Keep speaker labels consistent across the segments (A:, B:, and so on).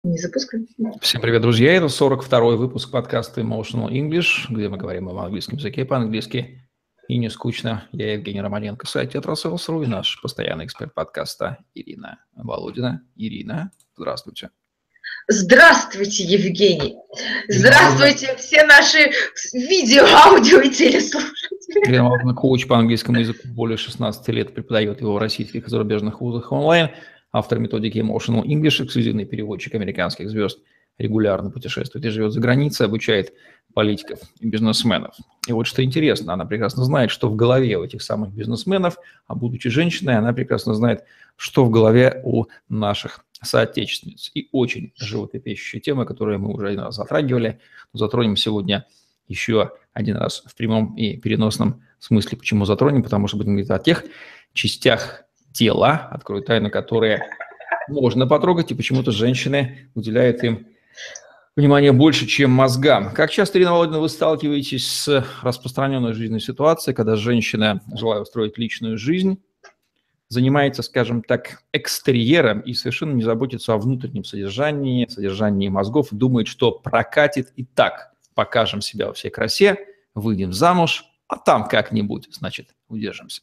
A: Не запускай.
B: Всем привет, друзья! Это 42-й выпуск подкаста Emotional English, где мы говорим об английском языке по-английски и не скучно. Я Евгений Романенко, сайт Tetrasales.ru и наш постоянный эксперт подкаста Ирина Володина. Ирина, здравствуйте.
A: Здравствуйте, Евгений. Здравствуйте, все наши видео, аудио и телеслушатели.
B: Ирина Володина, коуч по английскому языку, более 16 лет преподает его в российских и зарубежных вузах онлайн. Автор методики Emotional English, эксклюзивный переводчик американских звезд, регулярно путешествует и живет за границей, обучает политиков и бизнесменов. И вот что интересно, она прекрасно знает, что в голове у этих самых бизнесменов, а будучи женщиной, она прекрасно знает, что в голове у наших соотечественниц. И очень животрепещущая тема, которую мы уже один раз затрагивали, но затронем сегодня еще один раз в прямом и переносном смысле. Почему затронем? Потому что будем говорить о тех частях тела, открою тайну, которые можно потрогать, и почему-то женщины уделяют им внимание больше, чем мозгам. Как часто, Ирина Володина, вы сталкиваетесь с распространенной жизненной ситуацией, когда женщина, желая устроить личную жизнь, занимается, скажем так, экстерьером и совершенно не заботится о внутреннем содержании мозгов, думает, что прокатит и так, покажем себя во всей красе, выйдем замуж, а там как-нибудь, значит, удержимся.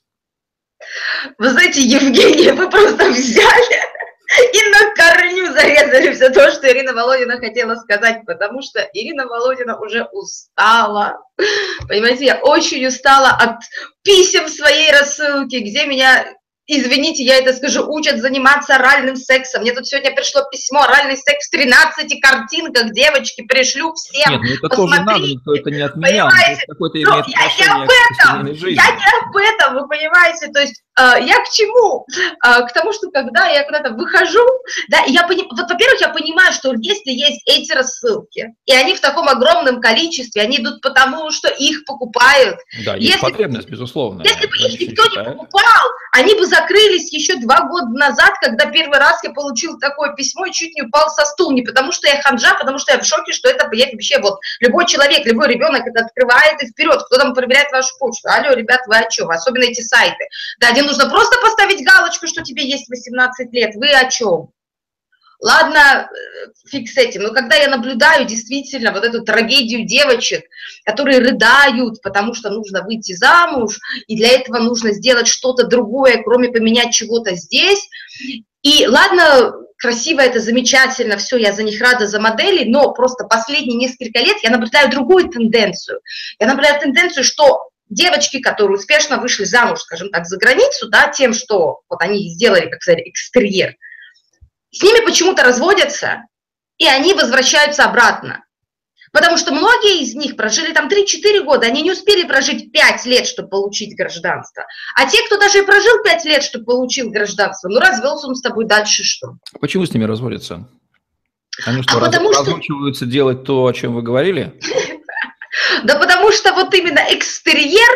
A: Вы знаете, Евгений, вы просто взяли и на корню зарезали все то, что Ирина Володина хотела сказать, потому что Ирина Володина уже устала. Понимаете, я очень устала от писем в своей рассылке, где меня... Извините, я это скажу, учат заниматься оральным сексом. Мне тут сегодня пришло письмо, оральный секс в 13 картинках, девочки, пришлю всем.
B: Нет, ну это тоже надо, никто это не отменял. Какое-то имеет отношение к семейной жизни.
A: Я не об этом, вы понимаете, то есть я к чему? К тому, что когда я куда-то выхожу, да, вот, во-первых, я понимаю, что если есть эти рассылки, и они в таком огромном количестве, они идут потому, что их покупают.
B: Да, есть потребность, безусловно.
A: Если бы их никто не покупал, они бы закрылись еще 2 года назад, когда первый раз я получил такое письмо и чуть не упал со стула. Не потому что я ханжа, потому что я в шоке, что это вообще вот любой человек, любой ребенок это открывает и вперед. Кто там проверяет вашу почту? Алло, ребят, вы о чем? Особенно эти сайты. Да, где нужно просто поставить галочку, что тебе есть 18 лет. Вы о чем? Ладно, фиг с этим, но когда я наблюдаю действительно вот эту трагедию девочек, которые рыдают, потому что нужно выйти замуж, и для этого нужно сделать что-то другое, кроме поменять чего-то здесь, и ладно, красиво, это замечательно, все, я за них рада, за модели, но просто последние несколько лет я наблюдаю другую тенденцию. Я наблюдаю тенденцию, что девочки, которые успешно вышли замуж, скажем так, за границу, да, тем, что вот они сделали, как сказать, экстерьер, с ними почему-то разводятся, и они возвращаются обратно. Потому что многие из них прожили там 3-4 года, они не успели прожить 5 лет, чтобы получить гражданство. А те, кто даже и прожил 5 лет, чтобы получил гражданство, ну развелся он с тобой, дальше что?
B: Почему с ними разводятся? Они что, разучиваются делать то, о чем вы говорили?
A: Да потому что вот именно экстерьер,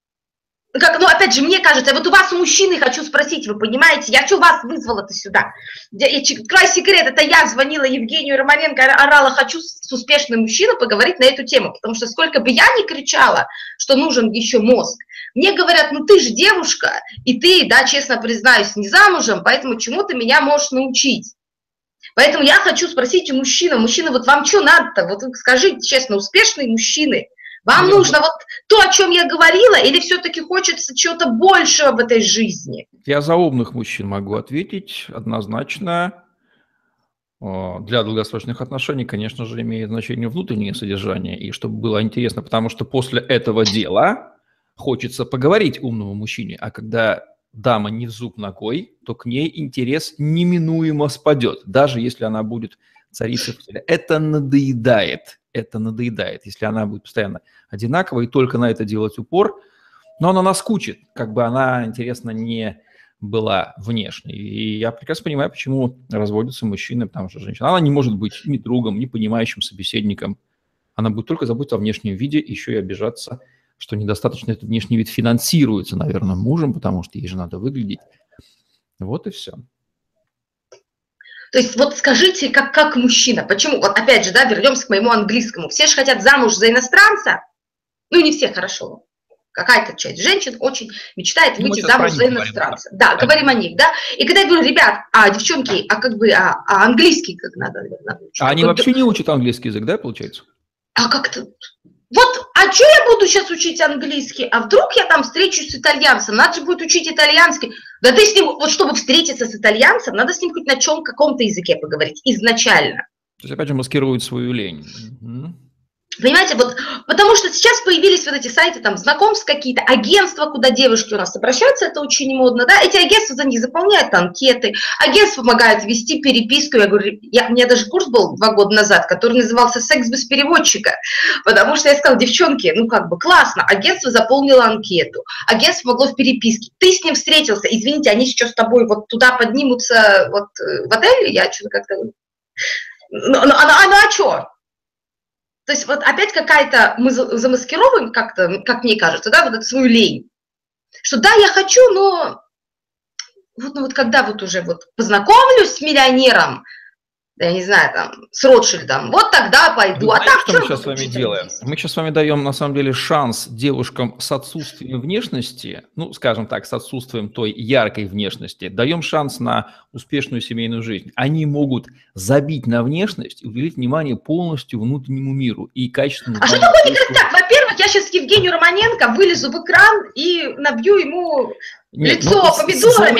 A: как, ну, опять же, мне кажется, вот у вас мужчины, хочу спросить, вы понимаете, я что вас вызвала-то сюда? Край секрет, это я звонила Евгению Романенко, орала, хочу с успешным мужчиной поговорить на эту тему, потому что сколько бы я ни кричала, что нужен еще мозг, мне говорят, ну ты же девушка, и ты, да, честно признаюсь, не замужем, поэтому чему ты меня можешь научить? Поэтому я хочу спросить у мужчины, вот вам что надо-то? Вот скажите честно, успешные мужчины, вам нужно вот то, о чем я говорила, или все-таки хочется чего-то большего в этой жизни?
B: Я за умных мужчин могу ответить однозначно. Для долгосрочных отношений, конечно же, имеет значение внутреннее содержание, и чтобы было интересно, потому что после этого дела хочется поговорить умному мужчине, а когда дама не в зуб ногой, то к ней интерес неминуемо спадет, даже если она будет царицей в теле. Это надоедает, если она будет постоянно одинаковой и только на это делать упор, но она наскучит, как бы она, интересно, не была внешней. И я прекрасно понимаю, почему разводятся мужчины, потому что женщина, она не может быть ни другом, ни понимающим собеседником, она будет только заботиться о внешнем виде, еще и обижаться, что недостаточно этот внешний вид финансируется, наверное, мужем, потому что ей же надо выглядеть. Вот и все.
A: То есть вот скажите, как мужчина, почему, вот опять же, да, вернемся к моему английскому, все же хотят замуж за иностранца, ну не все, хорошо, какая-то часть женщин очень мечтает выйти замуж за иностранца. Да, говорим о них, да. И когда я говорю, ребят, девчонки, английский как надо учить?
B: А они вообще не учат английский язык, да, получается?
A: А как-то... Вот, что я буду сейчас учить английский? А вдруг я там встречусь с итальянцем? Надо же будет учить итальянский. Да ты с ним, вот чтобы встретиться с итальянцем, надо с ним хоть на каком-то языке поговорить изначально.
B: То есть, опять же, маскируют свою лень.
A: Понимаете, вот, потому что сейчас появились вот эти сайты, там, знакомств какие-то, агентства, куда девушки у нас обращаются, это очень модно, да, эти агентства за них заполняют анкеты, агентства помогают вести переписку, я говорю, у меня даже курс был 2 года назад, который назывался «Секс без переводчика», потому что я сказала, девчонки, классно, агентство заполнило анкету, агентство могло в переписке, ты с ним встретился, извините, они сейчас с тобой вот туда поднимутся, вот, в отеле, я что-то как-то, а что? То есть вот опять какая-то, мы замаскировываем как-то, как мне кажется, да, вот эту свою лень. Что да, я хочу, но вот когда вот уже вот познакомлюсь с миллионером, я не знаю, там, с Ротшильдом, вот тогда пойду.
B: Знаете, что мы сейчас с вами делаем? Мы сейчас с вами даем, на самом деле, шанс девушкам с отсутствием внешности, скажем так, с отсутствием той яркой внешности, даем шанс на успешную семейную жизнь. Они могут забить на внешность и уделить внимание полностью внутреннему миру и качественному...
A: А что такое не так? Во-первых, я сейчас Евгению Романенко вылезу в экран и набью ему... лицо помидорами.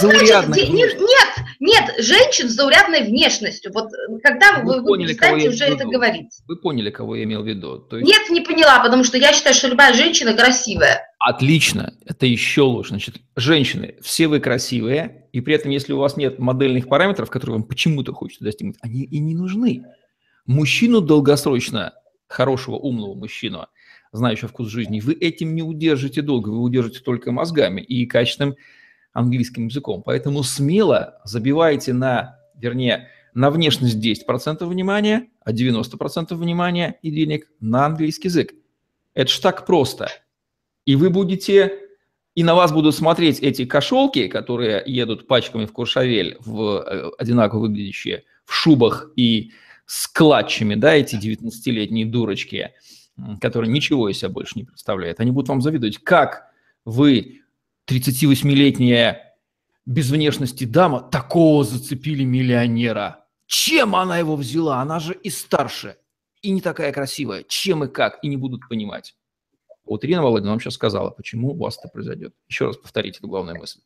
A: Нет, женщин с заурядной внешностью. Вот когда вы перестанете уже это говорить.
B: Вы поняли, кого я имел в виду?
A: То есть... Нет, не поняла, потому что я считаю, что любая женщина красивая.
B: Отлично, это еще лучше. Значит, женщины, все вы красивые, и при этом, если у вас нет модельных параметров, которые вам почему-то хочется достигнуть, они и не нужны. Мужчину долгосрочно, хорошего, умного мужчину, знающего вкус жизни, вы этим не удержите долго, вы удержите только мозгами и качественным английским языком. Поэтому смело забивайте на внешность 10% внимания, а 90% внимания и денег на английский язык. Это ж так просто. И вы будете, и на вас будут смотреть эти кошелки, которые едут пачками в Courchevel, в одинаково выглядящие, в шубах и с клатчами, да, эти 19-летние дурочки, которые ничего из себя больше не представляют. Они будут вам завидовать, как вы, 38-летняя без внешности дама, такого зацепили миллионера. Чем она его взяла? Она же и старше, и не такая красивая. Чем и как? И не будут понимать. Вот Ирина Володина вам сейчас сказала, почему у вас это произойдет. Еще раз повторите эту главную мысль.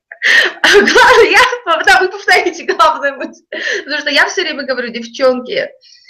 A: Вы повторите главную мысль. Потому что я все время говорю, девчонки,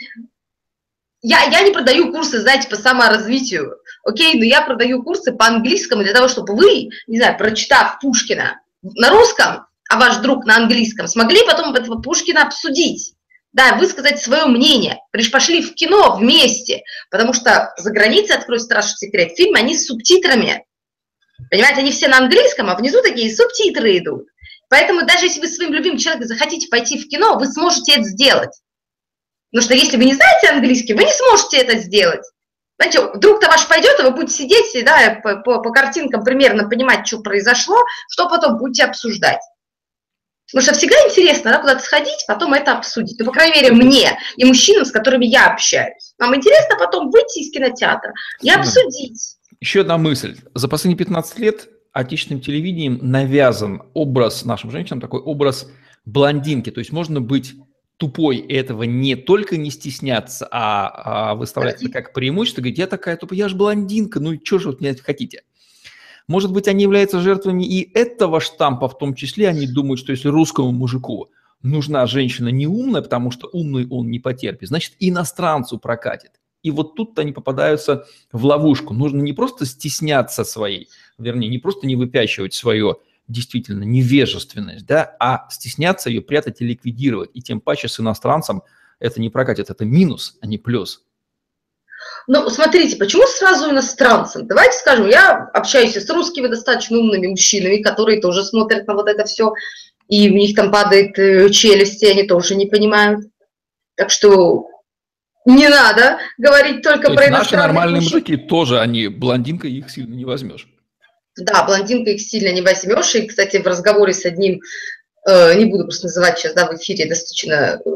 A: я не продаю курсы, знаете, по саморазвитию, окей, но я продаю курсы по английскому для того, чтобы вы, не знаю, прочитав Пушкина на русском, а ваш друг на английском, смогли потом этого Пушкина обсудить, да, высказать свое мнение, пошли в кино вместе, потому что за границей, открою страшный секрет, фильмы, они с субтитрами, понимаете, они все на английском, а внизу такие субтитры идут, поэтому даже если вы своим любимым человеком захотите пойти в кино, вы сможете это сделать. Потому что если вы не знаете английский, вы не сможете это сделать. Знаете, друг-то ваш пойдет, и вы будете сидеть, да, по картинкам примерно понимать, что произошло, что потом будете обсуждать. Потому что всегда интересно, да, куда-то сходить, потом это обсудить. Ну, по крайней мере, мне и мужчинам, с которыми я общаюсь. Нам интересно потом выйти из кинотеатра и обсудить.
B: Еще одна мысль. За последние 15 лет отечественным телевидением навязан образ нашим женщинам, такой образ блондинки. То есть можно быть тупой, и этого не только не стесняться, а выставлять это как преимущество, говорить, я такая тупая, я же блондинка, ну и что же вы от меня хотите? Может быть, они являются жертвами и этого штампа, в том числе они думают, что если русскому мужику нужна женщина не умная, потому что умный он не потерпит, значит, иностранцу прокатит. И вот тут-то они попадаются в ловушку. Нужно не просто стесняться своей, вернее, не просто не выпячивать свое действительно невежественность, да, а стесняться ее, прятать и ликвидировать. И тем паче с иностранцем это не прокатит, это минус, а не плюс.
A: Ну, смотрите, почему сразу иностранцам? Давайте скажем, я общаюсь с русскими достаточно умными мужчинами, которые тоже смотрят на вот это все, и у них там падает челюсти, они тоже не понимают. Так что не надо говорить только про иностранных.
B: Наши нормальные мужики тоже, они блондинка, их сильно не возьмешь.
A: Да, блондинка их сильно не возьмешь. И, кстати, в разговоре с одним, не буду просто называть сейчас, да, в эфире достаточно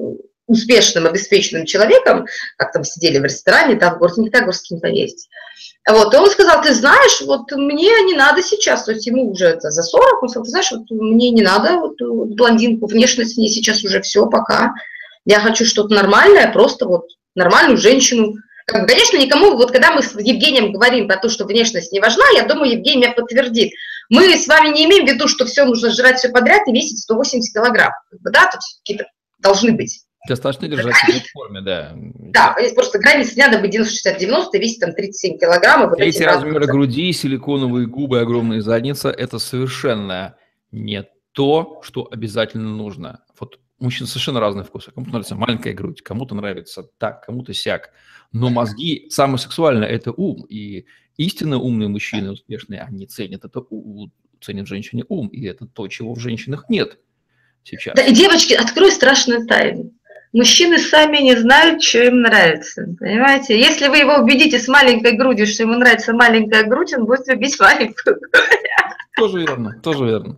A: успешным, обеспеченным человеком, как там сидели в ресторане, там в Горске есть. Вот, и он сказал, ты знаешь, вот мне не надо сейчас, то есть ему уже это за 40, он сказал, ты знаешь, вот мне не надо вот блондинку, внешность мне сейчас уже все, пока. Я хочу что-то нормальное, просто вот нормальную женщину. Конечно, никому, вот когда мы с Евгением говорим про то, что внешность не важна, я думаю, Евгений меня подтвердит. Мы с вами не имеем в виду, что все нужно жрать все подряд и весить 180 килограмм. Да, тут какие-то должны быть.
B: Достаточно держать себя в форме, да.
A: Да, просто границы не надо быть 90-60-90, весит там 37 килограммов. Вот
B: эти размеры груди, силиконовые губы, огромная задница – это совершенно не то, что обязательно нужно. Вот у мужчин совершенно разные вкусы. Кому-то нравится маленькая грудь, кому-то нравится так, кому-то сяк. Но мозги, самое сексуальное – это ум. И истинно умные мужчины, успешные, они ценят это, ценят в женщине ум. И это то, чего в женщинах нет сейчас.
A: Да, и, девочки, открой страшную тайну. Мужчины сами не знают, что им нравится, понимаете? Если вы его убедите с маленькой грудью, что ему нравится маленькая грудь, он будет любить маленькую грудь.
B: Тоже верно, тоже верно.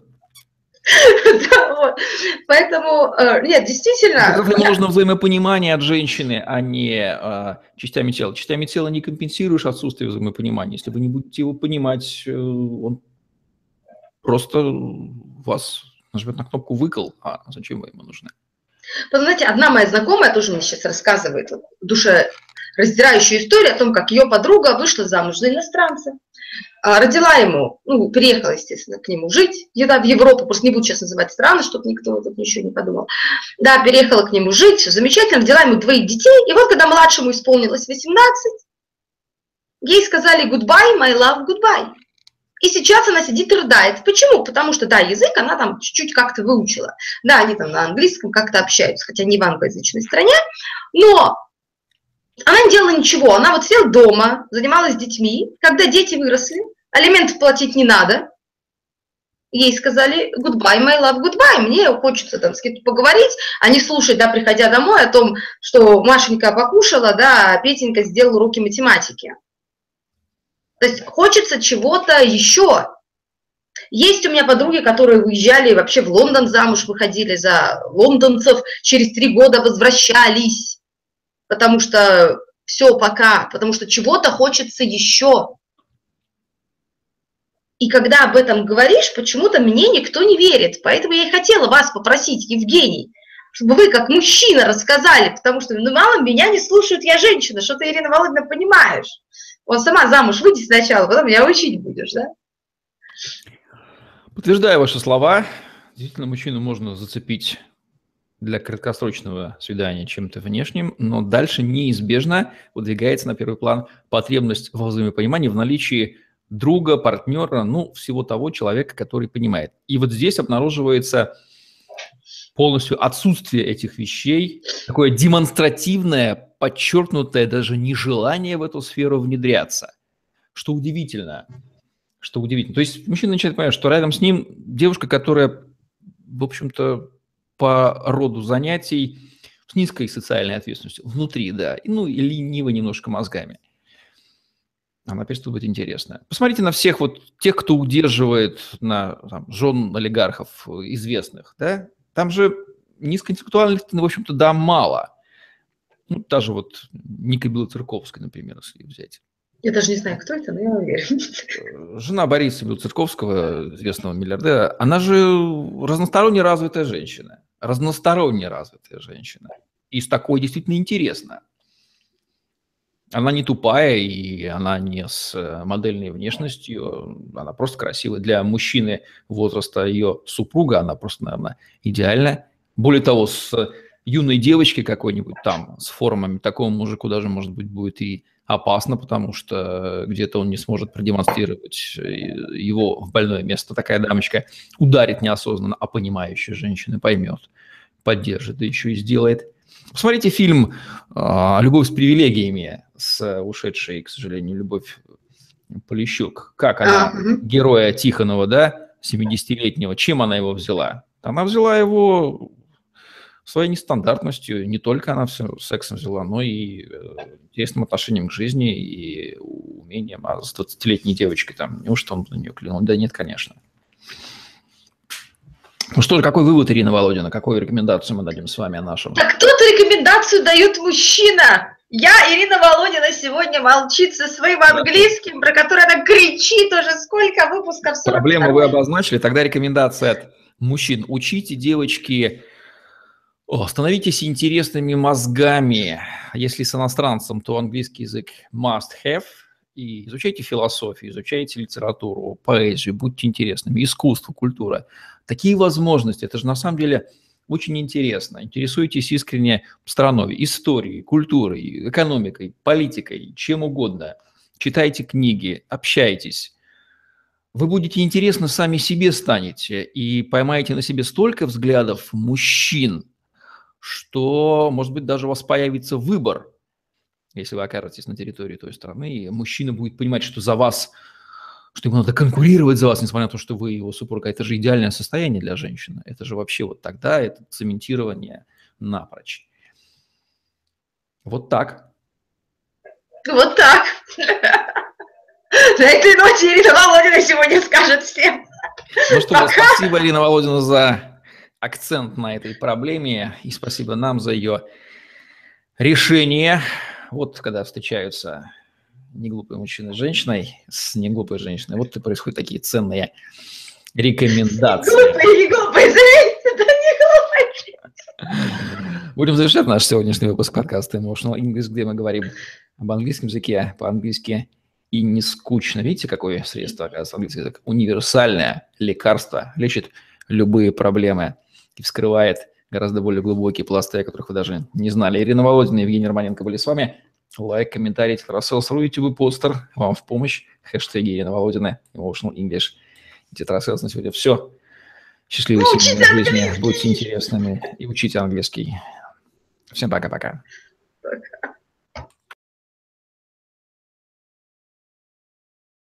A: Поэтому, нет, действительно...
B: Это нужно взаимопонимание от женщины, а не частями тела. Частями тела не компенсируешь отсутствие взаимопонимания. Если вы не будете его понимать, он просто вас нажмет на кнопку «выкл», а зачем вы ему нужны?
A: Вы знаете, одна моя знакомая тоже мне сейчас рассказывает душераздирающую историю о том, как ее подруга вышла замуж за иностранца, родила ему, переехала, естественно, к нему жить, в Европу, просто не буду сейчас называть страны, чтобы никто тут ничего не подумал. Да, переехала к нему жить, все замечательно, родила ему 2 детей, и вот когда младшему исполнилось 18, ей сказали goodbye, my love, goodbye. И сейчас она сидит и рыдает. Почему? Потому что, да, язык она там чуть-чуть как-то выучила. Да, они там на английском как-то общаются, хотя не в англоязычной стране. Но она не делала ничего. Она вот сидела дома, занималась детьми. Когда дети выросли, алиментов платить не надо. Ей сказали goodbye, my love, goodbye. Мне хочется там с кем-то поговорить, а не слушать, да, приходя домой, о том, что Машенька покушала, да, а Петенька сделал уроки математики. То есть хочется чего-то еще. Есть у меня подруги, которые уезжали вообще в Лондон замуж, выходили за лондонцев, через 3 года возвращались, потому что все пока, потому что чего-то хочется еще. И когда об этом говоришь, почему-то мне никто не верит. Поэтому я и хотела вас попросить, Евгений, чтобы вы как мужчина рассказали, потому что, мало меня не слушают, я женщина, что ты, Ирина Володина, понимаешь? Он сама замуж выйди сначала, потом меня учить будешь, да?
B: Подтверждаю ваши слова. Действительно, мужчину можно зацепить для краткосрочного свидания чем-то внешним, но дальше неизбежно выдвигается на первый план потребность во взаимопонимании, в наличии друга, партнера, всего того человека, который понимает. И вот здесь обнаруживается полностью отсутствие этих вещей, такое демонстративное, подчеркнутое даже нежелание в эту сферу внедряться. Что удивительно. Что удивительно. То есть мужчина начинает понимать, что рядом с ним девушка, которая, в общем-то, по роду занятий с низкой социальной ответственностью, внутри, да, и ленива немножко мозгами. Она перестает быть интересна. Посмотрите на всех вот тех, кто удерживает жен олигархов известных, да, там же низкоинтеллектуальных, в общем-то, да, мало. Та же вот Ника Белоцерковская, например, если взять.
A: Я даже не знаю, кто это, но я уверен.
B: Жена Бориса Белоцерковского, известного миллиардера, она же разносторонне развитая женщина. Разносторонне развитая женщина. И с такой действительно интересно. Она не тупая, и она не с модельной внешностью, она просто красивая. Для мужчины возраста ее супруга она просто, наверное, идеальна. Более того, с юной девочкой какой-нибудь там, с формами, такому мужику даже, может быть, будет и опасно, потому что где-то он не сможет продемонстрировать его в больное место. Такая дамочка ударит неосознанно, а понимающая женщина поймет, поддержит, да еще и сделает. Посмотрите фильм «Любовь с привилегиями» с ушедшей, к сожалению, Любовь Полищук. Как она, героя Тихонова, да, 70-летнего, чем она его взяла? Она взяла его своей нестандартностью. Не только она все сексом взяла, но и интересным отношением к жизни и умением. А с 20-летней девочкой там, неужто он на нее клянул? Да нет, конечно. Ну что же, какой вывод, Ирина Володина? Какую рекомендацию мы дадим с вами нашим?
A: Так кто-то рекомендацию дает мужчина. Я, Ирина Володина, сегодня молчит со своим английским, про который она кричит уже сколько выпусков.
B: Проблему вы обозначили, тогда рекомендация от мужчин. Учите, девочки, становитесь интересными мозгами. Если с иностранцем, то английский язык must have. И изучайте философию, изучайте литературу, поэзию, будьте интересными, искусство, культура. Такие возможности, это же на самом деле очень интересно. Интересуйтесь искренне страной, историей, культурой, экономикой, политикой, чем угодно. Читайте книги, общайтесь. Вы будете интересны сами себе станете и поймаете на себе столько взглядов мужчин, что, может быть, даже у вас появится выбор. Если вы окажетесь на территории той страны, и мужчина будет понимать, что за вас, что ему надо конкурировать за вас, несмотря на то, что вы его супруга, это же идеальное состояние для женщины. Это же вообще вот тогда это цементирование напрочь. Вот так.
A: Вот так. На этой ноте Ирина Володина сегодня скажет всем.
B: Ну что, спасибо, Ирина Володина, за акцент на этой проблеме, и спасибо нам за ее решение. Вот когда встречаются неглупые мужчины с женщиной, с неглупой женщиной, вот и происходят такие ценные рекомендации.
A: Не глупые, заметьте, это не глупые.
B: Будем завершать наш сегодняшний выпуск подкаста Emotional English, где мы говорим об английском языке по-английски и не скучно. Видите, какое средство, оказывается, английский язык? Универсальное лекарство, лечит любые проблемы и вскрывает гораздо более глубокие пласты, о которых вы даже не знали. Ирина Володина и Евгений Романенко были с вами. Лайк, комментарий, Тетрасселс.ру, YouTube, постер. Вам в помощь. Хэштеги Ирина Володина, Emotional English. Тетрасселс на сегодня все. Счастливой семейной жизни. Будьте интересными и учите английский. Всем пока-пока.
A: Пока.